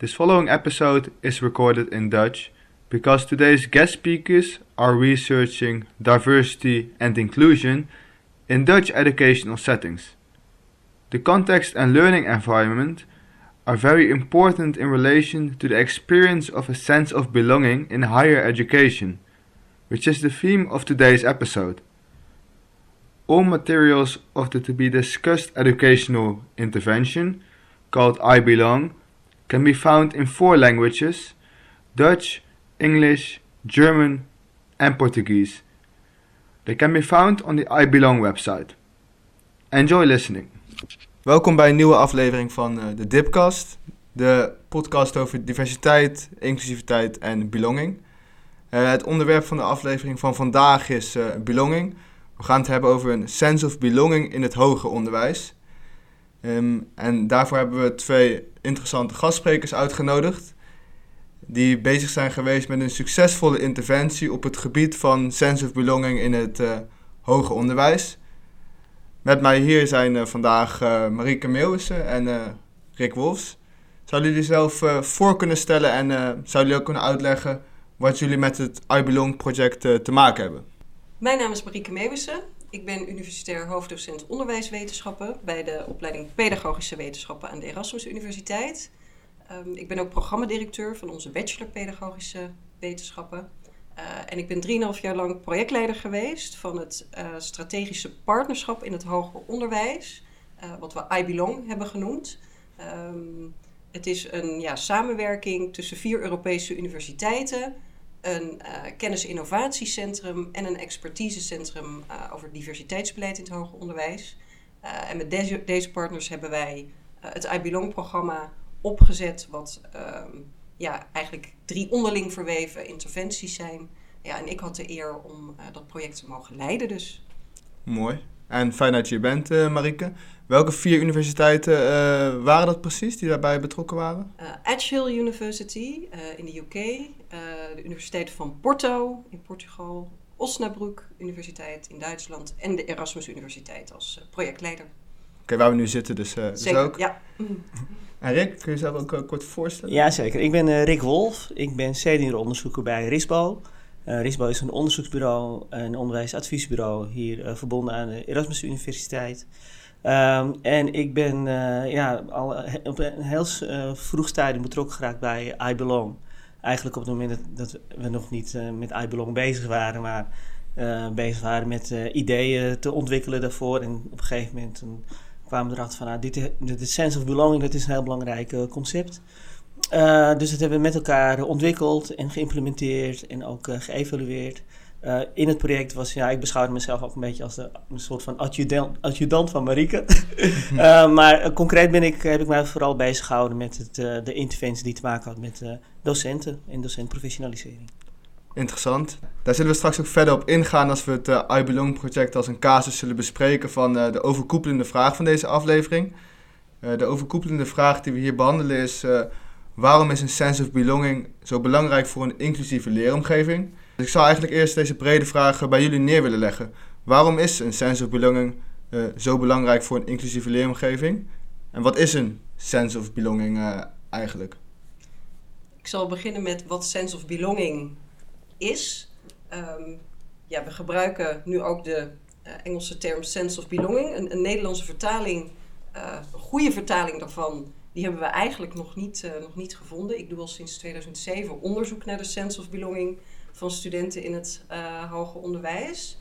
This following episode is recorded in Dutch because today's guest speakers are researching diversity and inclusion in Dutch educational settings. The context and learning environment are very important in relation to the experience of a sense of belonging in higher education, which is the theme of today's episode. All materials of the to be discussed educational intervention, called I Belong, can be found in 4 languages: Dutch, English, German and Portuguese. They can be found on the I Belong website. Enjoy listening. Welkom bij een nieuwe aflevering van de Dipcast, de podcast over diversiteit, inclusiviteit en belonging. Het onderwerp van de aflevering van vandaag is belonging. We gaan het hebben over een sense of belonging in het hoger onderwijs. En daarvoor hebben we 2 interessante gastsprekers uitgenodigd die bezig zijn geweest met een succesvolle interventie op het gebied van sense of belonging in het hoger onderwijs. Met mij hier zijn vandaag Marieke Meeuwissen en Rick Wolfs. Zouden jullie zelf voor kunnen stellen en zouden jullie ook kunnen uitleggen wat jullie met het I Belong project te maken hebben? Mijn naam is Marieke Meeuwissen. Ik ben universitair hoofddocent onderwijswetenschappen bij de opleiding Pedagogische Wetenschappen aan de Erasmus Universiteit. Ik ben ook programmadirecteur van onze bachelor Pedagogische Wetenschappen. En ik ben 3,5 jaar lang projectleider geweest van het strategische partnerschap in het hoger onderwijs, wat we I Belong hebben genoemd. Het is een samenwerking tussen 4 Europese universiteiten, een kennis- en innovatiecentrum en een expertisecentrum over diversiteitsbeleid in het hoger onderwijs. En met deze partners hebben wij het I Belong programma opgezet, wat eigenlijk 3 onderling verweven interventies zijn. Ja, en ik had de eer om dat project te mogen leiden dus. Mooi. En fijn dat je hier bent, Marieke. Welke 4 universiteiten waren dat precies die daarbij betrokken waren? Edge Hill University in de UK, de Universiteit van Porto in Portugal, Osnabrück Universiteit in Duitsland en de Erasmus Universiteit als projectleider. Oké, waar we nu zitten dus Zeker, ook. Ja. En Rick, kun je jezelf ook kort voorstellen? Ja, zeker. Ik ben Rick Wolf. Ik ben senior onderzoeker bij RISBO. RISBO is een onderzoeksbureau, een onderwijsadviesbureau hier verbonden aan de Erasmus Universiteit. En ik ben al op een heel vroeg stadium betrokken geraakt bij I Belong. Eigenlijk op het moment dat we nog niet met I Belong bezig waren, maar bezig waren met ideeën te ontwikkelen daarvoor. En op een gegeven moment kwamen we erachter van, dit sense of belonging, dat is een heel belangrijk concept. Dus dat hebben we met elkaar ontwikkeld en geïmplementeerd en ook geëvalueerd. In het project was, ik beschouwde mezelf ook een beetje als een soort van adjudant van Marieke. Maar concreet heb ik mij vooral bezig gehouden met de interventie die te maken had met docenten en docentprofessionalisering. Interessant. Daar zullen we straks ook verder op ingaan als we het I Belong project als een casus zullen bespreken van de overkoepelende vraag van deze aflevering. De overkoepelende vraag die we hier behandelen is: waarom is een sense of belonging zo belangrijk voor een inclusieve leeromgeving? Dus ik zou eigenlijk eerst deze brede vraag bij jullie neer willen leggen. Waarom is een sense of belonging zo belangrijk voor een inclusieve leeromgeving? En wat is een sense of belonging eigenlijk? Ik zal beginnen met wat sense of belonging is. We gebruiken nu ook de Engelse term sense of belonging. Een Nederlandse vertaling, een goede vertaling daarvan, die hebben we eigenlijk nog niet gevonden. Ik doe al sinds 2007 onderzoek naar de sense of belonging van studenten in het hoger onderwijs.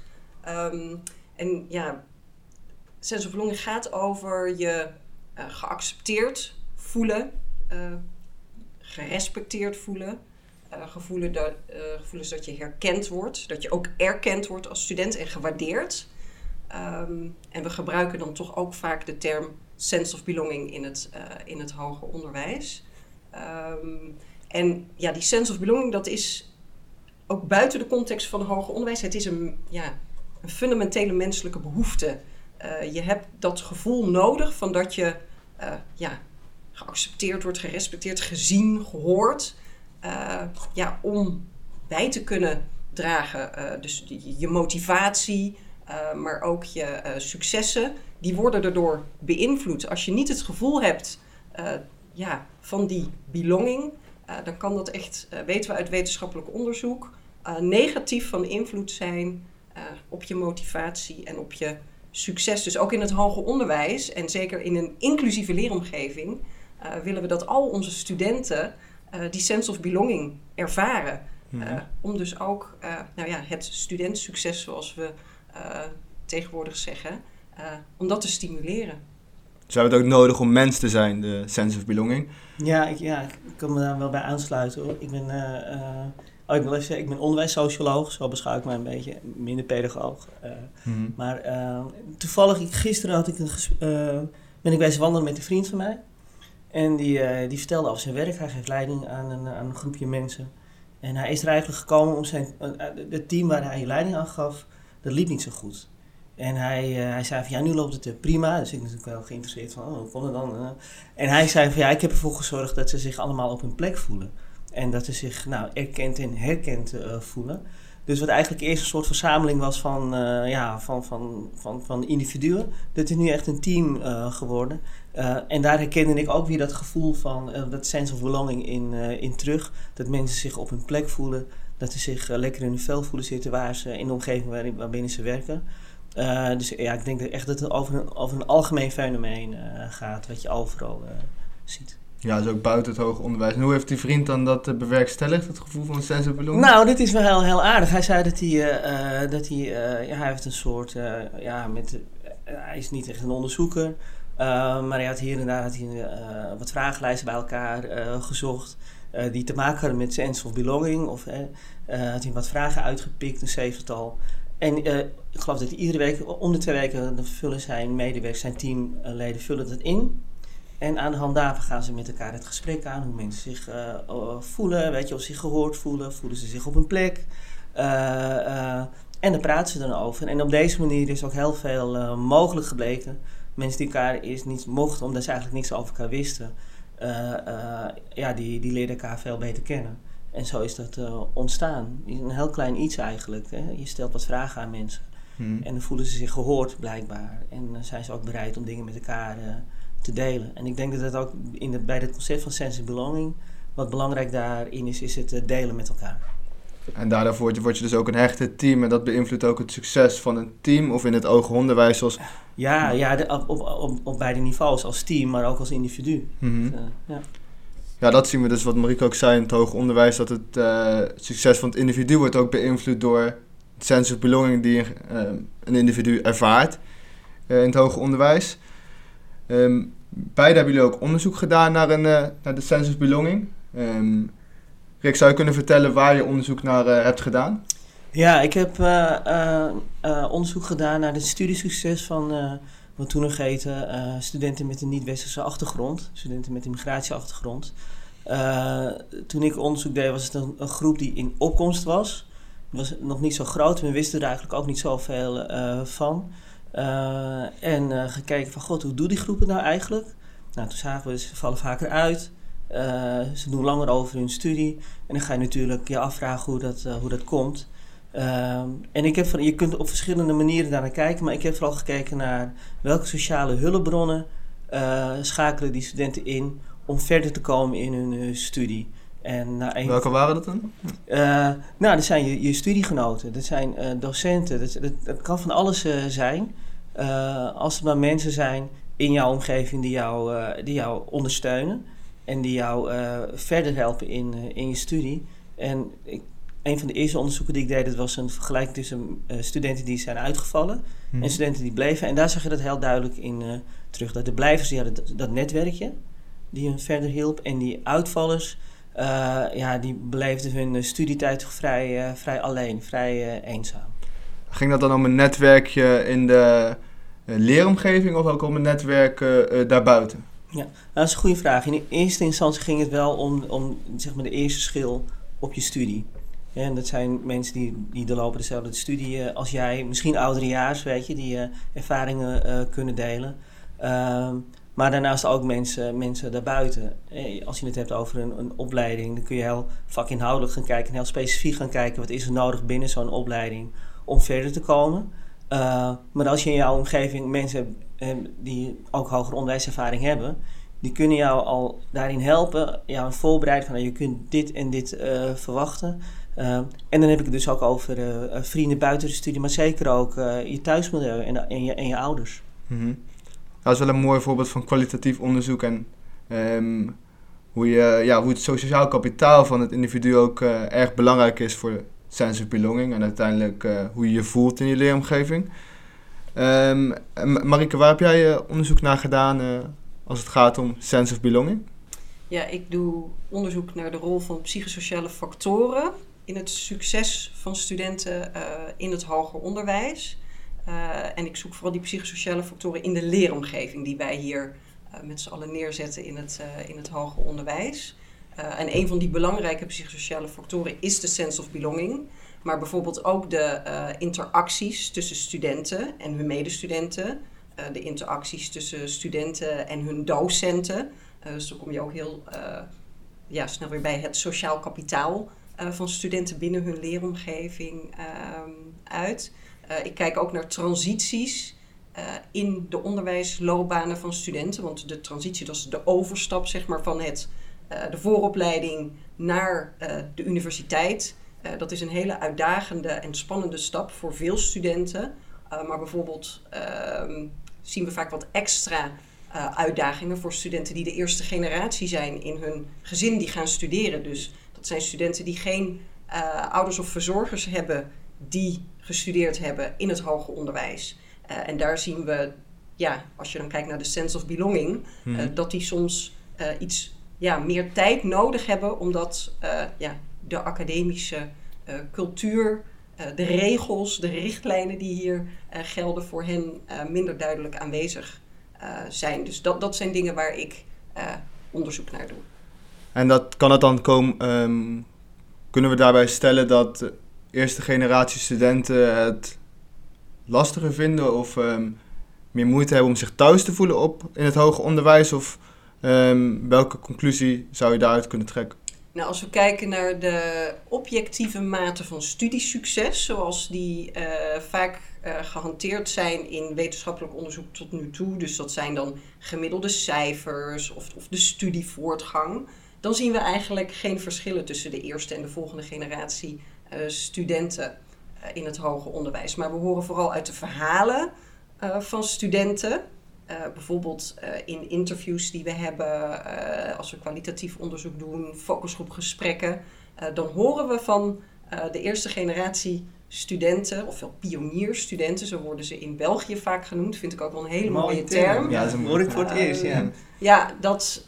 Sense of belonging gaat over je geaccepteerd voelen, gerespecteerd voelen, gevoelens dat je herkend wordt, dat je ook erkend wordt als student en gewaardeerd. En we gebruiken dan toch ook vaak de term sense of belonging in het hoger onderwijs. Die sense of belonging, dat is ook buiten de context van hoger onderwijs. Het is een fundamentele menselijke behoefte. Je hebt dat gevoel nodig van dat je geaccepteerd wordt, gerespecteerd, gezien, gehoord. Om bij te kunnen dragen. Dus je motivatie, maar ook je successen, die worden erdoor beïnvloed. Als je niet het gevoel hebt van die belonging, dan kan dat echt, weten we uit wetenschappelijk onderzoek, negatief van invloed zijn op je motivatie en op je succes. Dus ook in het hoger onderwijs en zeker in een inclusieve leeromgeving willen we dat al onze studenten die sense of belonging ervaren. Om dus ook het studentsucces, zoals we tegenwoordig zeggen, om dat te stimuleren. Dus we hebben het ook nodig om mens te zijn, de sense of belonging. Ja, ik kan me daar wel bij aansluiten hoor. Ik ben onderwijssocioloog, zo beschouw ik mij een beetje, minder pedagoog. Maar toevallig, gisteren ben ik bezig wandelen met een vriend van mij. En die vertelde over zijn werk. Hij geeft leiding aan een groepje mensen. En hij is er eigenlijk gekomen om het team waar hij leiding aan gaf, dat liep niet zo goed. En hij zei van nu loopt het prima. Dus ik natuurlijk wel geïnteresseerd van, hoe kon het dan? En hij zei van ik heb ervoor gezorgd dat ze zich allemaal op hun plek voelen. En dat ze zich erkend en herkend voelen. Dus wat eigenlijk eerst een soort verzameling was van individuen, dat is nu echt een team geworden. En daar herkende ik ook weer dat gevoel van, dat sense of belonging in terug. Dat mensen zich op hun plek voelen, dat ze zich lekker in hun vel voelen zitten in de omgeving waarbinnen ze werken. Dus ik denk echt dat het over een algemeen fenomeen gaat, wat je overal ziet. Ja, dus ook buiten het hoger onderwijs. En hoe heeft die vriend dan dat bewerkstelligd, het gevoel van sense of belonging? Nou, dit is wel heel, heel aardig. Hij zei dat hij heeft een soort, hij is niet echt een onderzoeker, maar hij had hier en daar wat vragenlijsten bij elkaar gezocht die te maken hadden met sense of belonging. Of had hij wat vragen uitgepikt, een zevental. En ik geloof dat hij iedere week, om de 2 weken, vullen zijn medewerkers, zijn teamleden vullen dat in. En aan de hand daarvan gaan ze met elkaar het gesprek aan, hoe mensen zich voelen, of ze zich gehoord voelen ze zich op hun plek. En daar praten ze dan over. En op deze manier is ook heel veel mogelijk gebleken. Mensen die elkaar eerst niet mochten, omdat ze eigenlijk niks over elkaar wisten, die leerden elkaar veel beter kennen. En zo is dat ontstaan. Een heel klein iets eigenlijk. Hè? Je stelt wat vragen aan mensen. En dan voelen ze zich gehoord blijkbaar. En dan zijn ze ook bereid om dingen met elkaar te delen. En ik denk dat dat ook bij het concept van sense of belonging, wat belangrijk daarin is het delen met elkaar. En daardoor word je dus ook een hechte team en dat beïnvloedt ook het succes van een team of in het hoger onderwijs zoals... Op beide niveaus, als team, maar ook als individu. Ja, dat zien we dus, wat Marieke ook zei in het hoger onderwijs, dat het succes van het individu wordt ook beïnvloed door het sense of belonging die een individu ervaart in het hoger onderwijs. Beide hebben jullie ook onderzoek gedaan naar de sense of belonging. Rick, zou je kunnen vertellen waar je onderzoek naar hebt gedaan? Ja, ik heb onderzoek gedaan naar het studiesucces van wat toen nog heette studenten met een niet-westerse achtergrond, studenten met een migratieachtergrond. Toen ik onderzoek deed was het een groep die in opkomst was. Het was nog niet zo groot, we wisten er eigenlijk ook niet zoveel van. En gekeken van, hoe doen die groepen nou eigenlijk? Nou, toen zagen we, ze vallen vaker uit. Ze doen langer over hun studie. En dan ga je natuurlijk je afvragen hoe dat komt. En je kunt op verschillende manieren daarnaar kijken. Maar ik heb vooral gekeken naar welke sociale hulpbronnen schakelen die studenten in om verder te komen in hun studie. En welke waren dat dan? Dat zijn je studiegenoten, dat zijn docenten. Dat kan van alles zijn. Als er maar mensen zijn in jouw omgeving die jou ondersteunen en die jou verder helpen in je studie. En een van de eerste onderzoeken die ik deed, dat was een vergelijking tussen studenten die zijn uitgevallen en studenten die bleven. En daar zag je dat heel duidelijk in terug. Dat de blijvers, die hadden dat netwerkje die hun verder hielp. En die uitvallers, die beleefden hun studietijd vrij alleen, vrij eenzaam. Ging dat dan om een netwerkje in de leeromgeving of ook om een netwerk daarbuiten? Ja, dat is een goede vraag. In eerste instantie ging het wel om zeg maar de eerste schil op je studie. Ja, en dat zijn mensen die doorlopen dezelfde studie als jij, misschien ouderejaars, weet je, die ervaringen kunnen delen. Maar daarnaast ook mensen daarbuiten. Als je het hebt over een opleiding, dan kun je heel vakinhoudelijk gaan kijken en heel specifiek gaan kijken wat is er nodig binnen zo'n opleiding om verder te komen. Maar als je in jouw omgeving mensen hebt die ook hoger onderwijservaring hebben, Die kunnen jou al daarin helpen, jou voorbereiden van je kunt dit en dit verwachten. En dan heb ik het dus ook over vrienden buiten de studie, maar zeker ook je thuismilieu en je ouders. Mm-hmm. Dat is wel een mooi voorbeeld van kwalitatief onderzoek en hoe het sociaal kapitaal van het individu ook erg belangrijk is voor sense of belonging en uiteindelijk hoe je je voelt in je leeromgeving. Marike, waar heb jij onderzoek naar gedaan als het gaat om sense of belonging? Ja, ik doe onderzoek naar de rol van psychosociale factoren in het succes van studenten in het hoger onderwijs. En ik zoek vooral die psychosociale factoren in de leeromgeving die wij hier met z'n allen neerzetten in het hoger onderwijs. En een van die belangrijke psychosociale factoren is de sense of belonging. Maar bijvoorbeeld ook de interacties tussen studenten en hun medestudenten. De interacties tussen studenten en hun docenten. Dus dan kom je ook heel snel weer bij het sociaal kapitaal van studenten binnen hun leeromgeving uit. Ik kijk ook naar transities in de onderwijsloopbanen van studenten. Want de transitie, dat is de overstap zeg maar, van de vooropleiding naar de universiteit. Dat is een hele uitdagende en spannende stap voor veel studenten. Maar bijvoorbeeld zien we vaak wat extra uitdagingen voor studenten die de eerste generatie zijn in hun gezin die gaan studeren. Dus dat zijn studenten die geen ouders of verzorgers hebben die gestudeerd hebben in het hoger onderwijs. En daar zien we, als je dan kijkt naar de sense of belonging, dat die soms iets meer tijd nodig hebben, omdat de academische cultuur, de regels, de richtlijnen die hier gelden voor hen minder duidelijk aanwezig zijn. Dus dat zijn dingen waar ik onderzoek naar doe. En kan het dan komen, kunnen we daarbij stellen dat de eerste generatie studenten het lastiger vinden of meer moeite hebben om zich thuis te voelen in het hoger onderwijs? Of welke conclusie zou je daaruit kunnen trekken? Nou, als we kijken naar de objectieve mate van studiesucces, zoals die vaak gehanteerd zijn in wetenschappelijk onderzoek tot nu toe, dus dat zijn dan gemiddelde cijfers of de studievoortgang, dan zien we eigenlijk geen verschillen tussen de eerste en de volgende generatie studenten in het hoger onderwijs. Maar we horen vooral uit de verhalen van studenten. Bijvoorbeeld in interviews die we hebben, als we kwalitatief onderzoek doen, focusgroepgesprekken, dan horen we van de eerste generatie studenten, ofwel pionierstudenten, zo worden ze in België vaak genoemd, vind ik ook wel een hele mooie term. Ja, dat is een woord voor het eerst, ja. Ja, dat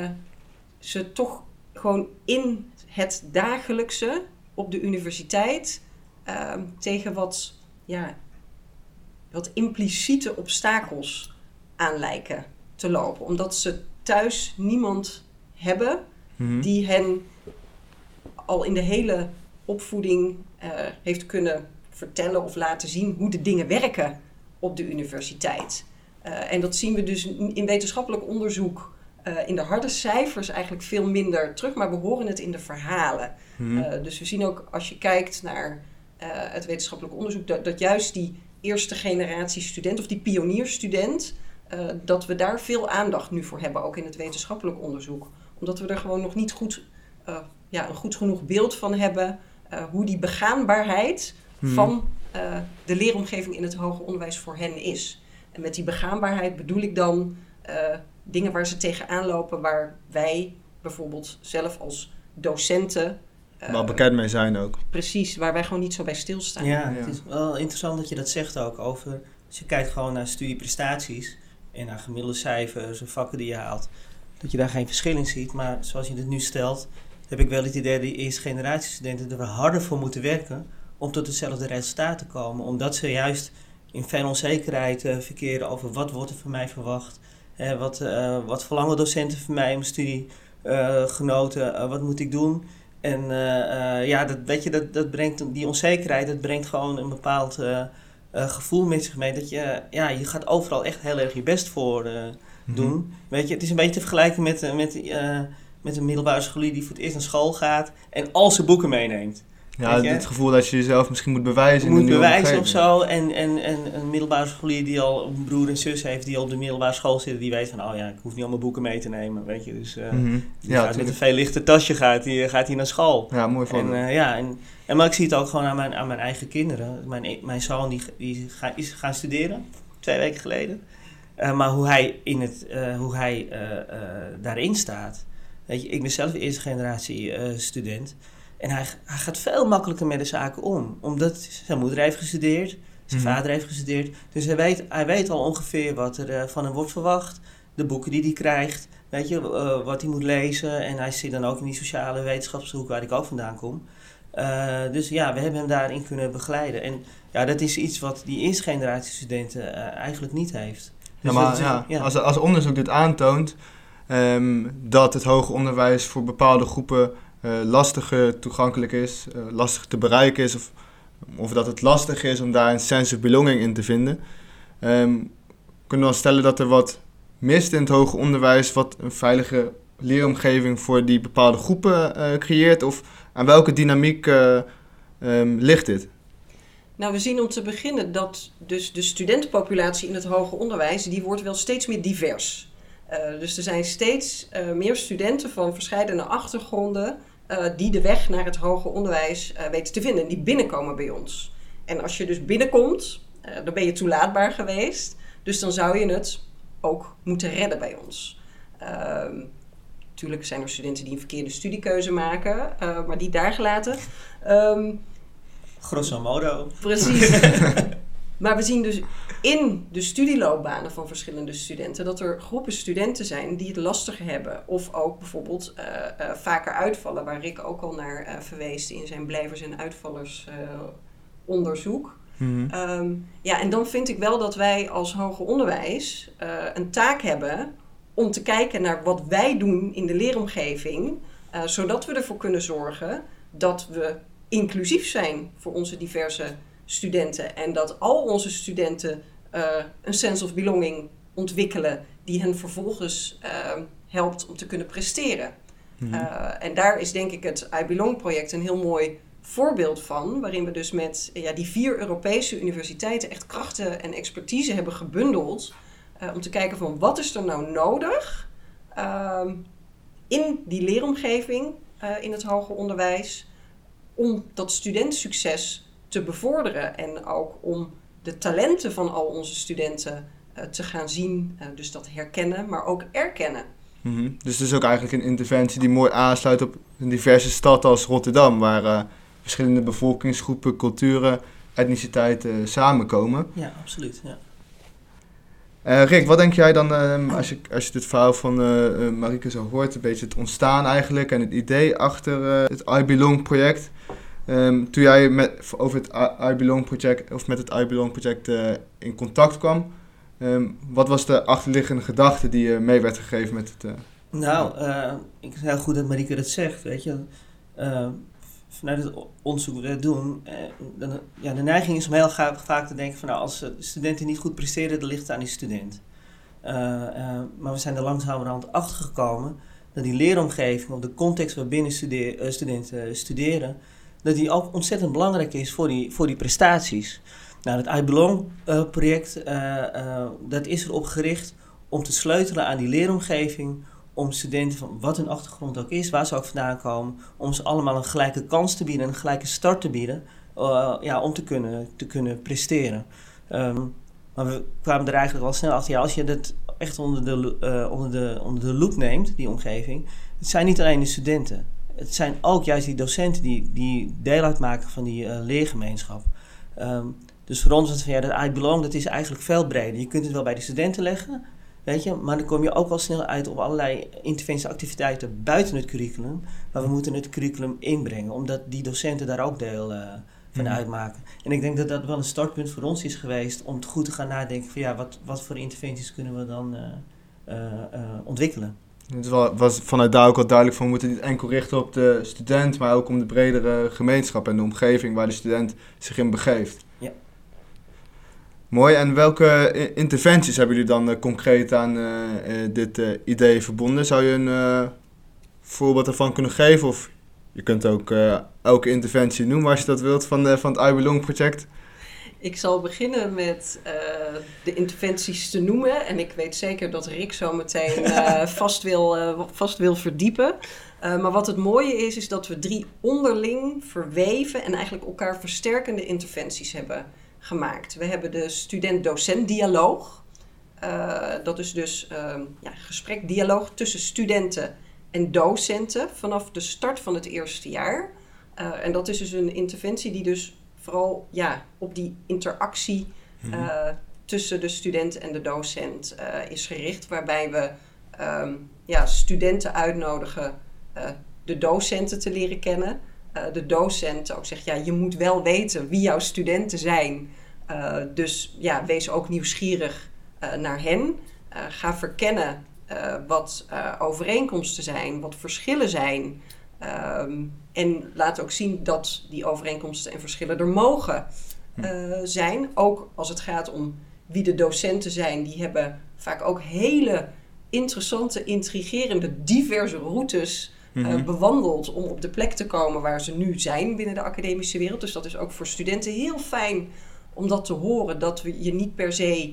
ze toch gewoon in het dagelijkse op de universiteit tegen wat impliciete obstakels aan lijken te lopen. Omdat ze thuis niemand hebben die hen al in de hele opvoeding heeft kunnen vertellen of laten zien hoe de dingen werken op de universiteit. En dat zien we dus in wetenschappelijk onderzoek in de harde cijfers eigenlijk veel minder terug, maar we horen het in de verhalen. Dus we zien ook als je kijkt naar het wetenschappelijk onderzoek dat juist die eerste generatie student of die pionierstudent, dat we daar veel aandacht nu voor hebben, ook in het wetenschappelijk onderzoek. Omdat we er gewoon nog niet een goed genoeg beeld van hebben hoe die begaanbaarheid van de leeromgeving in het hoger onderwijs voor hen is. En met die begaanbaarheid bedoel ik dan dingen waar ze tegenaan lopen, waar wij bijvoorbeeld zelf als docenten wel bekend mee zijn ook. Precies, waar wij gewoon niet zo bij stilstaan. Ja, het is wel interessant dat je dat zegt ook over, als je kijkt gewoon naar studieprestaties en naar gemiddelde cijfers en vakken die je haalt, dat je daar geen verschil in ziet. Maar zoals je het nu stelt, heb ik wel het idee dat de eerste generatie studenten er harder voor moeten werken om tot hetzelfde resultaat te komen. Omdat ze juist in veel onzekerheid verkeren over wat wordt er van mij verwacht. Wat verlangen docenten van mij in mijn studiegenoten, wat moet ik doen? En dat brengt die onzekerheid, dat brengt gewoon een bepaald gevoel met zich mee. Dat je gaat overal echt heel erg je best voor doen. Weet je, het is een beetje te vergelijken met een middelbare scholier die voor het eerst naar school gaat en al zijn boeken meeneemt. Ja, het gevoel dat je jezelf misschien moet bewijzen. Moet bewijzen of zo. En een middelbare scholier die al een broer en zus heeft die al op de middelbare school zitten, die weet van, ik hoef niet allemaal boeken mee te nemen, weet je. Dus gaat met een veel lichter tasje gaat hij naar school. Ja, mooi voorbeeld. Maar ik zie het ook gewoon aan mijn eigen kinderen. Mijn zoon die is gaan studeren, 2 weken geleden. Maar hoe hij daarin staat. Weet je, ik ben zelf eerste generatie student. En hij gaat veel makkelijker met de zaken om. Omdat zijn moeder heeft gestudeerd, zijn vader heeft gestudeerd. Dus hij weet al ongeveer wat er van hem wordt verwacht. De boeken die hij krijgt, weet je, wat hij moet lezen. En hij zit dan ook in die sociale wetenschapshoek waar ik ook vandaan kom. Dus we hebben hem daarin kunnen begeleiden. En dat is iets wat die eerste generatie studenten eigenlijk niet heeft. Dus als onderzoek dit aantoont, dat het hoger onderwijs voor bepaalde groepen lastiger toegankelijk is, lastig te bereiken is, of dat het lastig is om daar een sense of belonging in te vinden, kunnen we dan stellen dat er wat mist in het hoger onderwijs, wat een veilige leeromgeving voor die bepaalde groepen creëert, of aan welke dynamiek ligt dit? Nou, we zien om te beginnen dat dus de studentenpopulatie in het hoger onderwijs, die wordt wel steeds meer divers. Dus er zijn steeds meer studenten van verscheidene achtergronden die de weg naar het hoger onderwijs weten te vinden. Die binnenkomen bij ons. En als je dus binnenkomt, dan ben je toelaatbaar geweest. Dus dan zou je het ook moeten redden bij ons. Natuurlijk zijn er studenten die een verkeerde studiekeuze maken, maar die daar gelaten. Grosso modo. Precies. Maar we zien dus in de studieloopbanen van verschillende studenten dat er groepen studenten zijn die het lastiger hebben. Of ook bijvoorbeeld vaker uitvallen, waar Rick ook al naar verwees in zijn blijvers- en uitvallers onderzoek. En dan vind ik wel dat wij als hoger onderwijs een taak hebben om te kijken naar wat wij doen in de leeromgeving, zodat we ervoor kunnen zorgen dat we inclusief zijn voor onze diverse studenten en dat al onze studenten een sense of belonging ontwikkelen die hen vervolgens helpt om te kunnen presteren. En daar is denk ik het I Belong project een heel mooi voorbeeld van, waarin we dus met die 4 Europese universiteiten echt krachten en expertise hebben gebundeld om te kijken van wat is er nou nodig in die leeromgeving in het hoger onderwijs om dat studentensucces te bevorderen en ook om de talenten van al onze studenten te gaan zien, dus dat herkennen, maar ook erkennen. Dus het is ook eigenlijk een interventie die mooi aansluit op een diverse stad als Rotterdam, waar verschillende bevolkingsgroepen, culturen, etniciteiten samenkomen. Ja, absoluut. Ja. Rick, wat denk jij dan, als je dit verhaal van Marieke zo hoort, een beetje het ontstaan eigenlijk en het idee achter het I Belong project? Toen jij met het I Belong project in contact kwam, wat was de achterliggende gedachte die je mee werd gegeven met het? Ik vind heel goed dat Marieke dat zegt, weet je. Vanuit het onderzoek dat we doen, de neiging is om heel vaak te denken van als de studenten niet goed presteren, dan ligt het aan die student. Maar we zijn er langzamerhand achter gekomen dat die leeromgeving of de context waarbinnen studenten studeren, dat die ook ontzettend belangrijk is voor die prestaties. Nou, het I Belong project, dat is erop gericht om te sleutelen aan die leeromgeving, om studenten van wat hun achtergrond ook is, waar ze ook vandaan komen, om ze allemaal een gelijke kans te bieden, een gelijke start te bieden, om te kunnen presteren. Maar we kwamen er eigenlijk wel snel achter, als je dat echt onder de loep neemt, die omgeving, het zijn niet alleen de studenten. Het zijn ook juist die docenten die deel uitmaken van die leergemeenschap. Dus voor ons is het dat I Belong, dat is eigenlijk veel breder. Je kunt het wel bij de studenten leggen, weet je, maar dan kom je ook wel snel uit op allerlei interventieactiviteiten buiten het curriculum. Maar we moeten het curriculum inbrengen, omdat die docenten daar ook deel van uitmaken. En ik denk dat dat wel een startpunt voor ons is geweest om goed te gaan nadenken van wat voor interventies kunnen we dan ontwikkelen. Het was vanuit daar ook wel duidelijk van, we moeten niet enkel richten op de student, maar ook om de bredere gemeenschap en de omgeving waar de student zich in begeeft. Ja. Mooi, en welke interventies hebben jullie dan concreet aan dit idee verbonden? Zou je een voorbeeld ervan kunnen geven of Je kunt ook elke interventie noemen als je dat wilt van het I Belong project. Ik zal beginnen met de interventies te noemen. En ik weet zeker dat Rick zo meteen vast wil verdiepen. Maar wat het mooie is dat we 3 onderling verweven en eigenlijk elkaar versterkende interventies hebben gemaakt. We hebben de student-docent dialoog. Dat is dus gesprek, dialoog tussen studenten en docenten vanaf de start van het eerste jaar. En dat is dus een interventie die dus vooral op die interactie tussen de student en de docent is gericht. Waarbij we studenten uitnodigen de docenten te leren kennen. De docent ook zegt, je moet wel weten wie jouw studenten zijn. Dus wees ook nieuwsgierig naar hen. Ga verkennen wat overeenkomsten zijn, wat verschillen zijn. En laat ook zien dat die overeenkomsten en verschillen er mogen zijn. Ook als het gaat om wie de docenten zijn. Die hebben vaak ook hele interessante, intrigerende, diverse routes bewandeld om op de plek te komen waar ze nu zijn binnen de academische wereld. Dus dat is ook voor studenten heel fijn om dat te horen. Dat je niet per se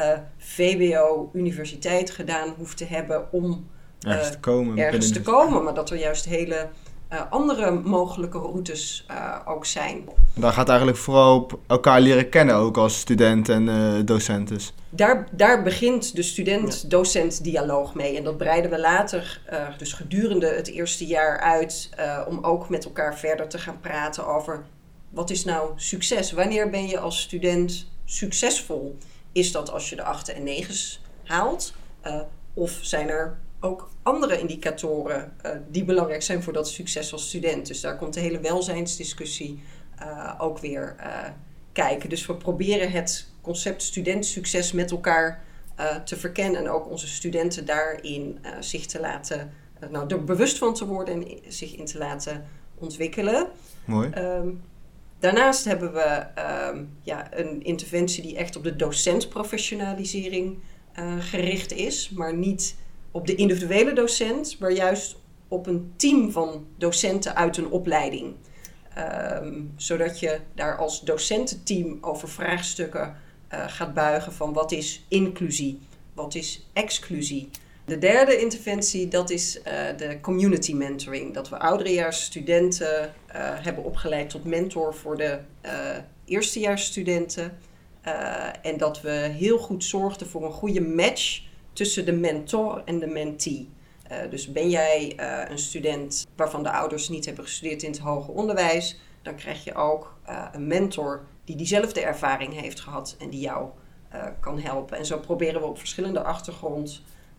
VWO, universiteit gedaan hoeft te hebben om ergens te komen. Maar dat er juist hele andere mogelijke routes ook zijn. Daar gaat eigenlijk vooral op elkaar leren kennen ook als student en docent dus. Daar begint de student-docent dialoog mee. En dat breiden we later, dus gedurende het eerste jaar uit, om ook met elkaar verder te gaan praten over wat is nou succes? Wanneer ben je als student succesvol? Is dat als je de 8 en 9's haalt? Of zijn er ook andere indicatoren die belangrijk zijn voor dat succes als student? Dus daar komt de hele welzijnsdiscussie ook weer kijken. Dus we proberen het concept studentsucces met elkaar te verkennen en ook onze studenten daarin zich te laten, er bewust van te worden en zich in te laten ontwikkelen. Mooi. Daarnaast hebben we een interventie die echt op de docentprofessionalisering gericht is, maar niet op de individuele docent, maar juist op een team van docenten uit een opleiding. Zodat je daar als docententeam over vraagstukken gaat buigen van wat is inclusie, wat is exclusie. De derde interventie, dat is de community mentoring. Dat we ouderejaars studenten hebben opgeleid tot mentor voor de eerstejaarsstudenten. En dat we heel goed zorgden voor een goede match tussen de mentor en de mentee. Dus ben jij een student waarvan de ouders niet hebben gestudeerd in het hoger onderwijs, dan krijg je ook een mentor die diezelfde ervaring heeft gehad en die jou kan helpen. En zo proberen we op verschillende achtergrond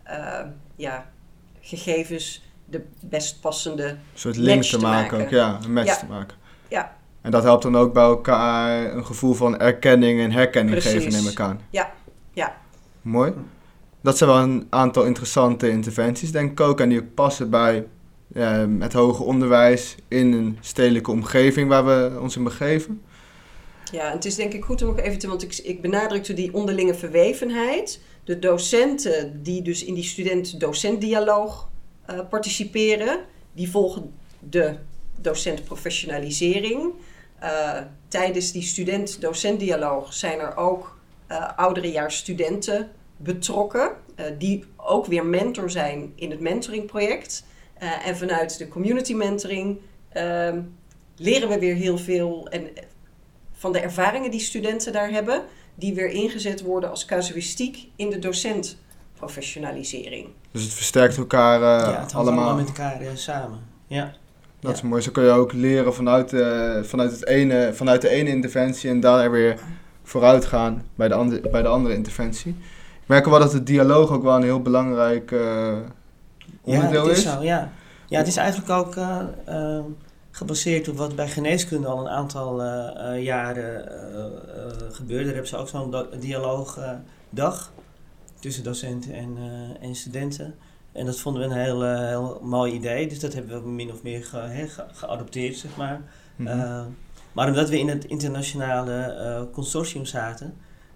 gegevens de best passende een soort link te maken. Ook, een match te maken. Ja. En dat helpt dan ook bij elkaar een gevoel van erkenning en herkenning geven, neem ik aan. Ja. Mooi. Dat zijn wel een aantal interessante interventies, denk ik ook. En die ook passen bij het hoger onderwijs in een stedelijke omgeving waar we ons in begeven. Ja, en het is denk ik goed om nog even want ik benadrukte die onderlinge verwevenheid. De docenten die dus in die student-docent-dialoog participeren, die volgen de docent-professionalisering. Tijdens die student-docent-dialoog zijn er ook ouderejaarsstudenten betrokken, die ook weer mentor zijn in het mentoringproject. En vanuit de community mentoring leren we weer heel veel van de ervaringen die studenten daar hebben, die weer ingezet worden als casuïstiek in de docentprofessionalisering. Dus het versterkt elkaar het allemaal met elkaar samen. Ja. Dat is mooi. Zo kun je ook leren vanuit de ene interventie en daar weer vooruit gaan bij de andere interventie. Ik merk wel dat de dialoog ook wel een heel belangrijk onderdeel is. Zo, ja, het is eigenlijk ook gebaseerd op wat bij geneeskunde al een aantal jaren gebeurt. Daar hebben ze ook zo'n dialoogdag tussen docenten en studenten. En dat vonden we een heel mooi idee. Dus dat hebben we min of meer geadopteerd, zeg maar. Mm-hmm. Maar omdat we in het internationale consortium zaten,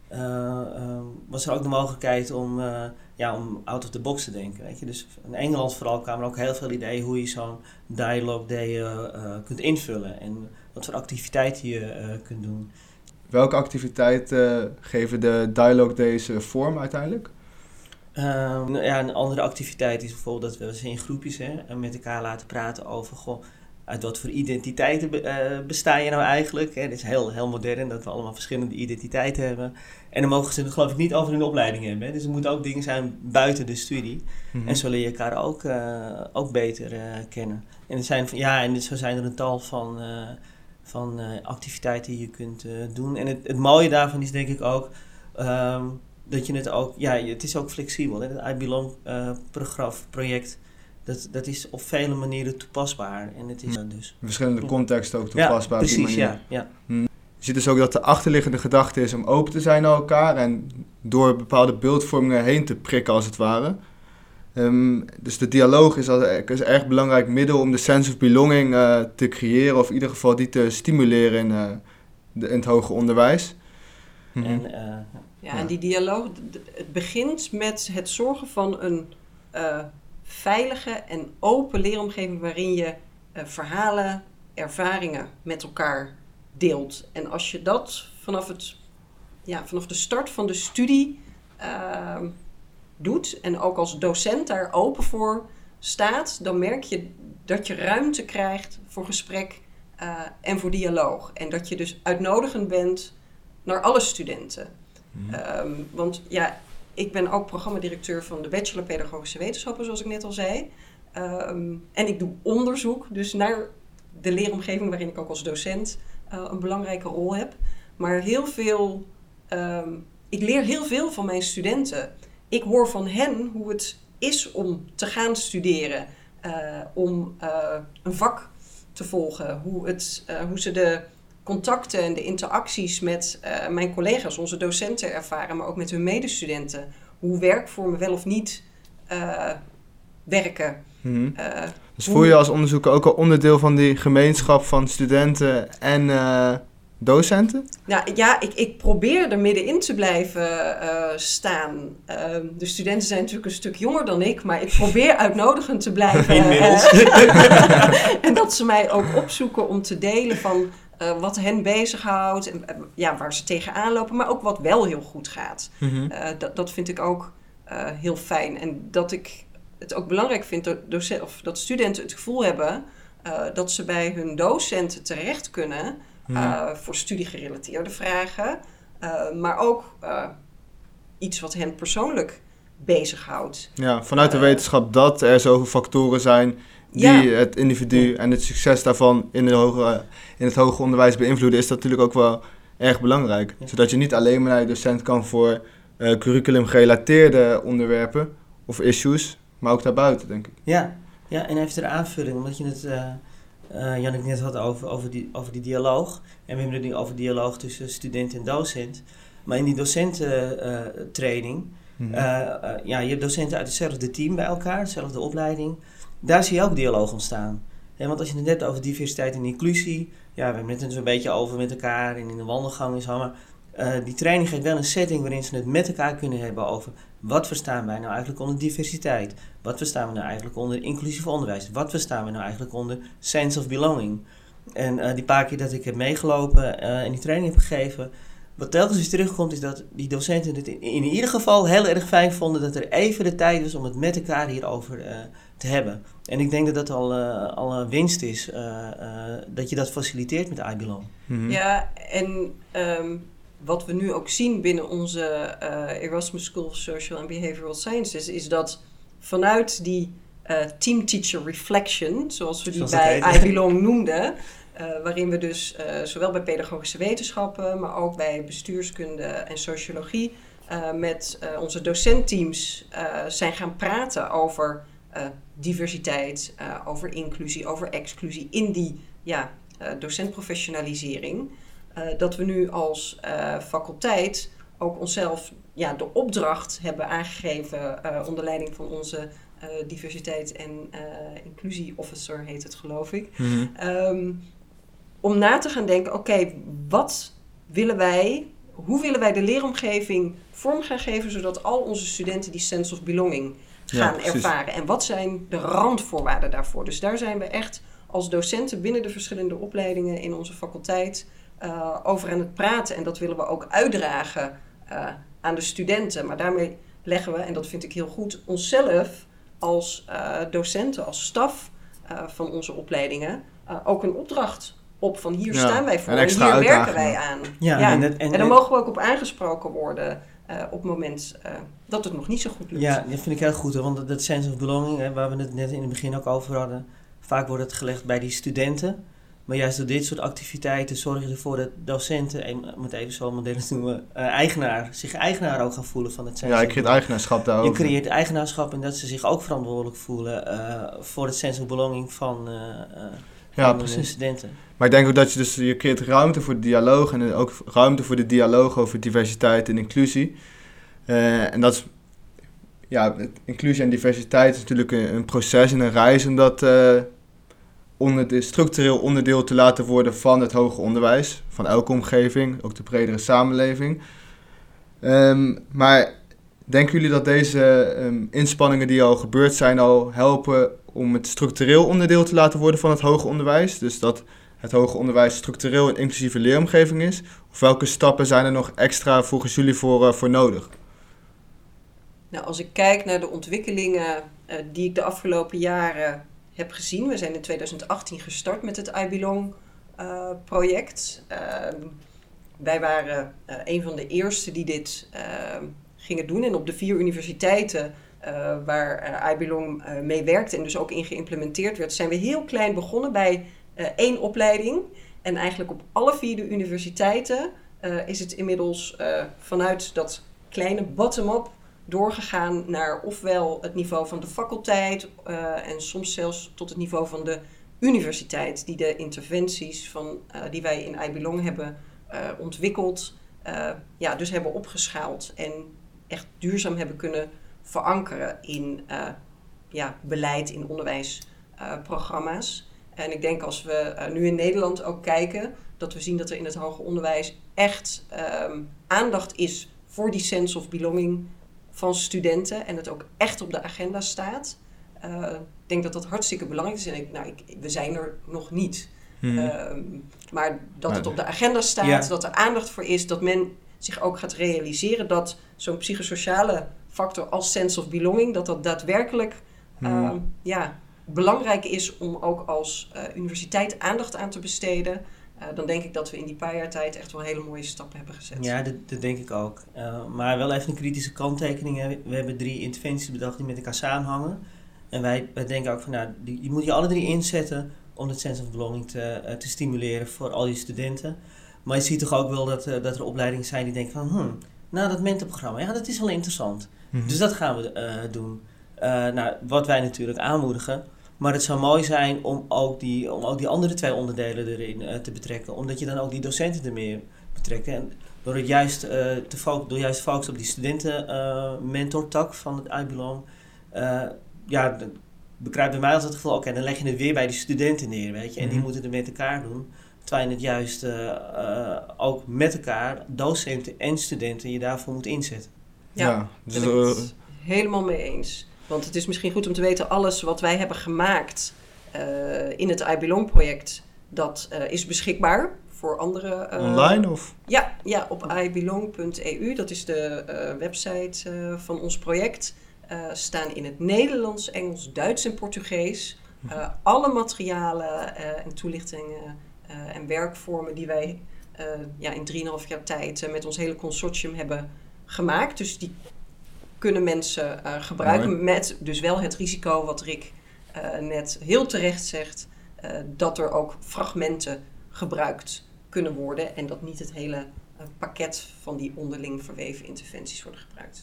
was er ook de mogelijkheid om out of the box te denken. Weet je? Dus in Engeland vooral kwamen er ook heel veel ideeën hoe je zo'n dialogue day kunt invullen en wat voor activiteiten je kunt doen. Welke activiteiten geven de Dialogue Days vorm uiteindelijk? Een andere activiteit is bijvoorbeeld dat we ze in groepjes met elkaar laten praten over uit wat voor identiteiten besta je nou eigenlijk. Hè? Het is heel, heel modern dat we allemaal verschillende identiteiten hebben. En dan mogen ze het geloof ik niet over hun opleiding hebben. Hè? Dus er moeten ook dingen zijn buiten de studie. En zo leer je elkaar ook beter kennen. En zo zijn er een tal van activiteiten die je kunt doen. En het mooie daarvan is denk ik ook dat je het ook... Ja, het is ook flexibel. Hè? Het I Belong project... Dat is op vele manieren toepasbaar. En het is dus... In verschillende contexten ook toepasbaar. Precies, op die manier. ja. Je ziet dus ook dat de achterliggende gedachte is om open te zijn naar elkaar en door bepaalde beeldvormingen heen te prikken als het ware. Dus de dialoog is een erg belangrijk middel om de sense of belonging te creëren of in ieder geval die te stimuleren in het hoger onderwijs. En die dialoog, het begint met het zorgen van een veilige en open leeromgeving waarin je verhalen, ervaringen met elkaar deelt. En als je dat vanaf de start van de studie doet en ook als docent daar open voor staat, dan merk je dat je ruimte krijgt voor gesprek en voor dialoog. En dat je dus uitnodigend bent naar alle studenten. Want ik ben ook programmadirecteur van de Bachelor Pedagogische Wetenschappen, zoals ik net al zei. En ik doe onderzoek dus naar de leeromgeving waarin ik ook als docent een belangrijke rol heb. Maar ik leer heel veel van mijn studenten. Ik hoor van hen hoe het is om te gaan studeren, om een vak te volgen, hoe ze de contacten en de interacties met mijn collega's, onze docenten ervaren, maar ook met hun medestudenten. Hoe werkvormen wel of niet werken. Dus voel je als onderzoeker ook al onderdeel van die gemeenschap van studenten en docenten? Ik probeer er middenin te blijven staan. De studenten zijn natuurlijk een stuk jonger dan ik, maar ik probeer uitnodigend te blijven. En dat ze mij ook opzoeken om te delen van wat hen bezighoudt en waar ze tegenaan lopen, maar ook wat wel heel goed gaat. Dat vind ik ook heel fijn. En dat ik het ook belangrijk vind dat studenten het gevoel hebben dat ze bij hun docenten terecht kunnen voor studiegerelateerde vragen, maar ook iets wat hen persoonlijk bezighoudt. Ja, vanuit de wetenschap dat er zoveel factoren zijn die het individu en het succes daarvan in het hoger onderwijs beïnvloeden, is dat natuurlijk ook wel erg belangrijk. Ja. Zodat je niet alleen maar naar je docent kan voor curriculum-gerelateerde onderwerpen of issues, maar ook daarbuiten, denk ik. Ja, en even ter aanvulling, omdat je het, Jannik, net had over die dialoog. En we hebben het nu over dialoog tussen student en docent. Maar in die docententraining, je hebt docenten uit hetzelfde team bij elkaar, dezelfde opleiding. Daar zie je ook dialoog ontstaan. Want als je het hebt over diversiteit en inclusie, we hebben het net een beetje over met elkaar en in de wandelgang en zo, maar die training geeft wel een setting waarin ze het met elkaar kunnen hebben over wat verstaan wij nou eigenlijk onder diversiteit? Wat verstaan we nou eigenlijk onder inclusief onderwijs? Wat verstaan we nou eigenlijk onder sense of belonging? En die paar keer dat ik heb meegelopen en die training heb gegeven, wat telkens weer terugkomt is dat die docenten het in ieder geval heel erg fijn vonden dat er even de tijd was om het met elkaar hierover te hebben. En ik denk dat dat al een winst is, dat je dat faciliteert met I Belong. Ja, en wat we nu ook zien binnen onze Erasmus School of Social and Behavioral Sciences is dat vanuit die team teacher reflection, zoals we die bij I Belong noemden, waarin we dus zowel bij pedagogische wetenschappen, maar ook bij bestuurskunde en sociologie met onze docentteams zijn gaan praten over diversiteit, over inclusie, over exclusie in die docentprofessionalisering. Dat we nu als faculteit ook onszelf de opdracht hebben aangegeven onder leiding van onze diversiteit en inclusie officer heet het geloof ik. Om na te gaan denken, oké, wat willen wij hoe willen wij de leeromgeving vorm gaan geven, zodat al onze studenten die sense of belonging gaan ervaren. En wat zijn de randvoorwaarden daarvoor? Dus daar zijn we echt als docenten binnen de verschillende opleidingen in onze faculteit over aan het praten. En dat willen we ook uitdragen aan de studenten. Maar daarmee leggen we, en dat vind ik heel goed, onszelf als docenten, als staf van onze opleidingen ook een opdracht op van hier staan wij voor en hier werken wij aan. En daar mogen we ook op aangesproken worden op het moment dat het nog niet zo goed lukt. Ja, dat vind ik heel goed, want dat sense of belonging, waar we het net in het begin ook over hadden, vaak wordt het gelegd bij die studenten. Maar juist door dit soort activiteiten zorg je ervoor dat docenten, om het even zo modern te noemen, zich eigenaar ook gaan voelen van het sense of belonging. Je creëert eigenaarschap daarover. Je creëert eigenaarschap en dat ze zich ook verantwoordelijk voelen voor het sense of belonging van de studenten. Maar ik denk ook dat je creëert ruimte voor de dialoog en ook ruimte voor de dialoog over diversiteit en inclusie. En dat is, inclusie en diversiteit is natuurlijk een proces en een reis om dat structureel onderdeel te laten worden van het hoger onderwijs, van elke omgeving, ook de bredere samenleving. Maar denken jullie dat deze inspanningen die al gebeurd zijn al helpen om het structureel onderdeel te laten worden van het hoger onderwijs? Dus dat het hoger onderwijs structureel een inclusieve leeromgeving is? Of welke stappen zijn er nog extra volgens jullie voor nodig? Nou, als ik kijk naar de ontwikkelingen die ik de afgelopen jaren heb gezien. We zijn in 2018 gestart met het iBelong project. Wij waren een van de eerste die dit gingen doen. En op de 4 universiteiten waar iBelong mee werkte en dus ook in geïmplementeerd werd, zijn we heel klein begonnen bij 1 opleiding. En eigenlijk op alle 4 de universiteiten is het inmiddels vanuit dat kleine bottom-up doorgegaan naar ofwel het niveau van de faculteit en soms zelfs tot het niveau van de universiteit, die de interventies die wij in iBelong hebben ontwikkeld, dus hebben opgeschaald en echt duurzaam hebben kunnen verankeren in beleid, in onderwijsprogramma's. En ik denk als we nu in Nederland ook kijken, dat we zien dat er in het hoger onderwijs echt aandacht is voor die sense of belonging van studenten en het ook echt op de agenda staat. Ik denk dat dat hartstikke belangrijk is. En we zijn er nog niet. Maar dat het op de agenda staat, dat er aandacht voor is, dat men zich ook gaat realiseren dat zo'n psychosociale factor als sense of belonging, dat daadwerkelijk belangrijk is om ook als universiteit aandacht aan te besteden. Dan denk ik dat we in die paar jaar tijd echt wel hele mooie stappen hebben gezet. Ja, dat denk ik ook. Maar wel even een kritische kanttekening. We hebben 3 interventies bedacht die met elkaar samenhangen. En wij denken ook van, die moet je alle 3 inzetten om het sense of belonging te stimuleren voor al die studenten. Maar je ziet toch ook wel dat er opleidingen zijn die denken van, dat mentorprogramma, dat is wel interessant. Mm-hmm. Dus dat gaan we doen. Wat wij natuurlijk aanmoedigen. Maar het zou mooi zijn om ook die andere 2 onderdelen erin te betrekken. Omdat je dan ook die docenten er meer betrekt. En door het juist te focussen op die studenten-mentortak van het iBelong. Bekruipt bij mij als het geval, oké, dan leg je het weer bij die studenten neer, weet je. En die moeten het met elkaar doen. Terwijl je het juist ook met elkaar, docenten en studenten, je daarvoor moet inzetten. Ja, daar ben ik het helemaal mee eens. Want het is misschien goed om te weten, alles wat wij hebben gemaakt in het iBelong project, dat is beschikbaar voor andere... Online of? Ja, op ibelong.eu, dat is de website van ons project. Staan in het Nederlands, Engels, Duits en Portugees. Alle materialen en toelichtingen en werkvormen die wij in 3,5 jaar tijd met ons hele consortium hebben gemaakt. Dus die kunnen mensen gebruiken met dus wel het risico wat Rick net heel terecht zegt, dat er ook fragmenten gebruikt kunnen worden en dat niet het hele pakket van die onderling verweven interventies worden gebruikt.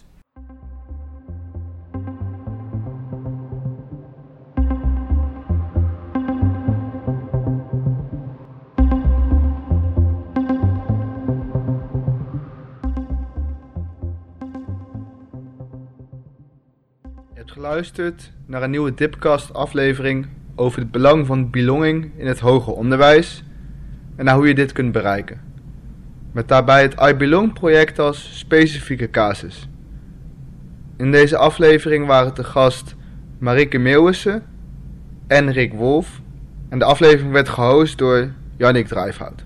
Geluisterd naar een nieuwe Dipcast aflevering over het belang van belonging in het hoger onderwijs en naar hoe je dit kunt bereiken. met daarbij het I Belong project als specifieke casus. In deze aflevering waren te gast Marieke Meeuwissen en Rick Wolf en de aflevering werd gehost door Jannik Drijfhout.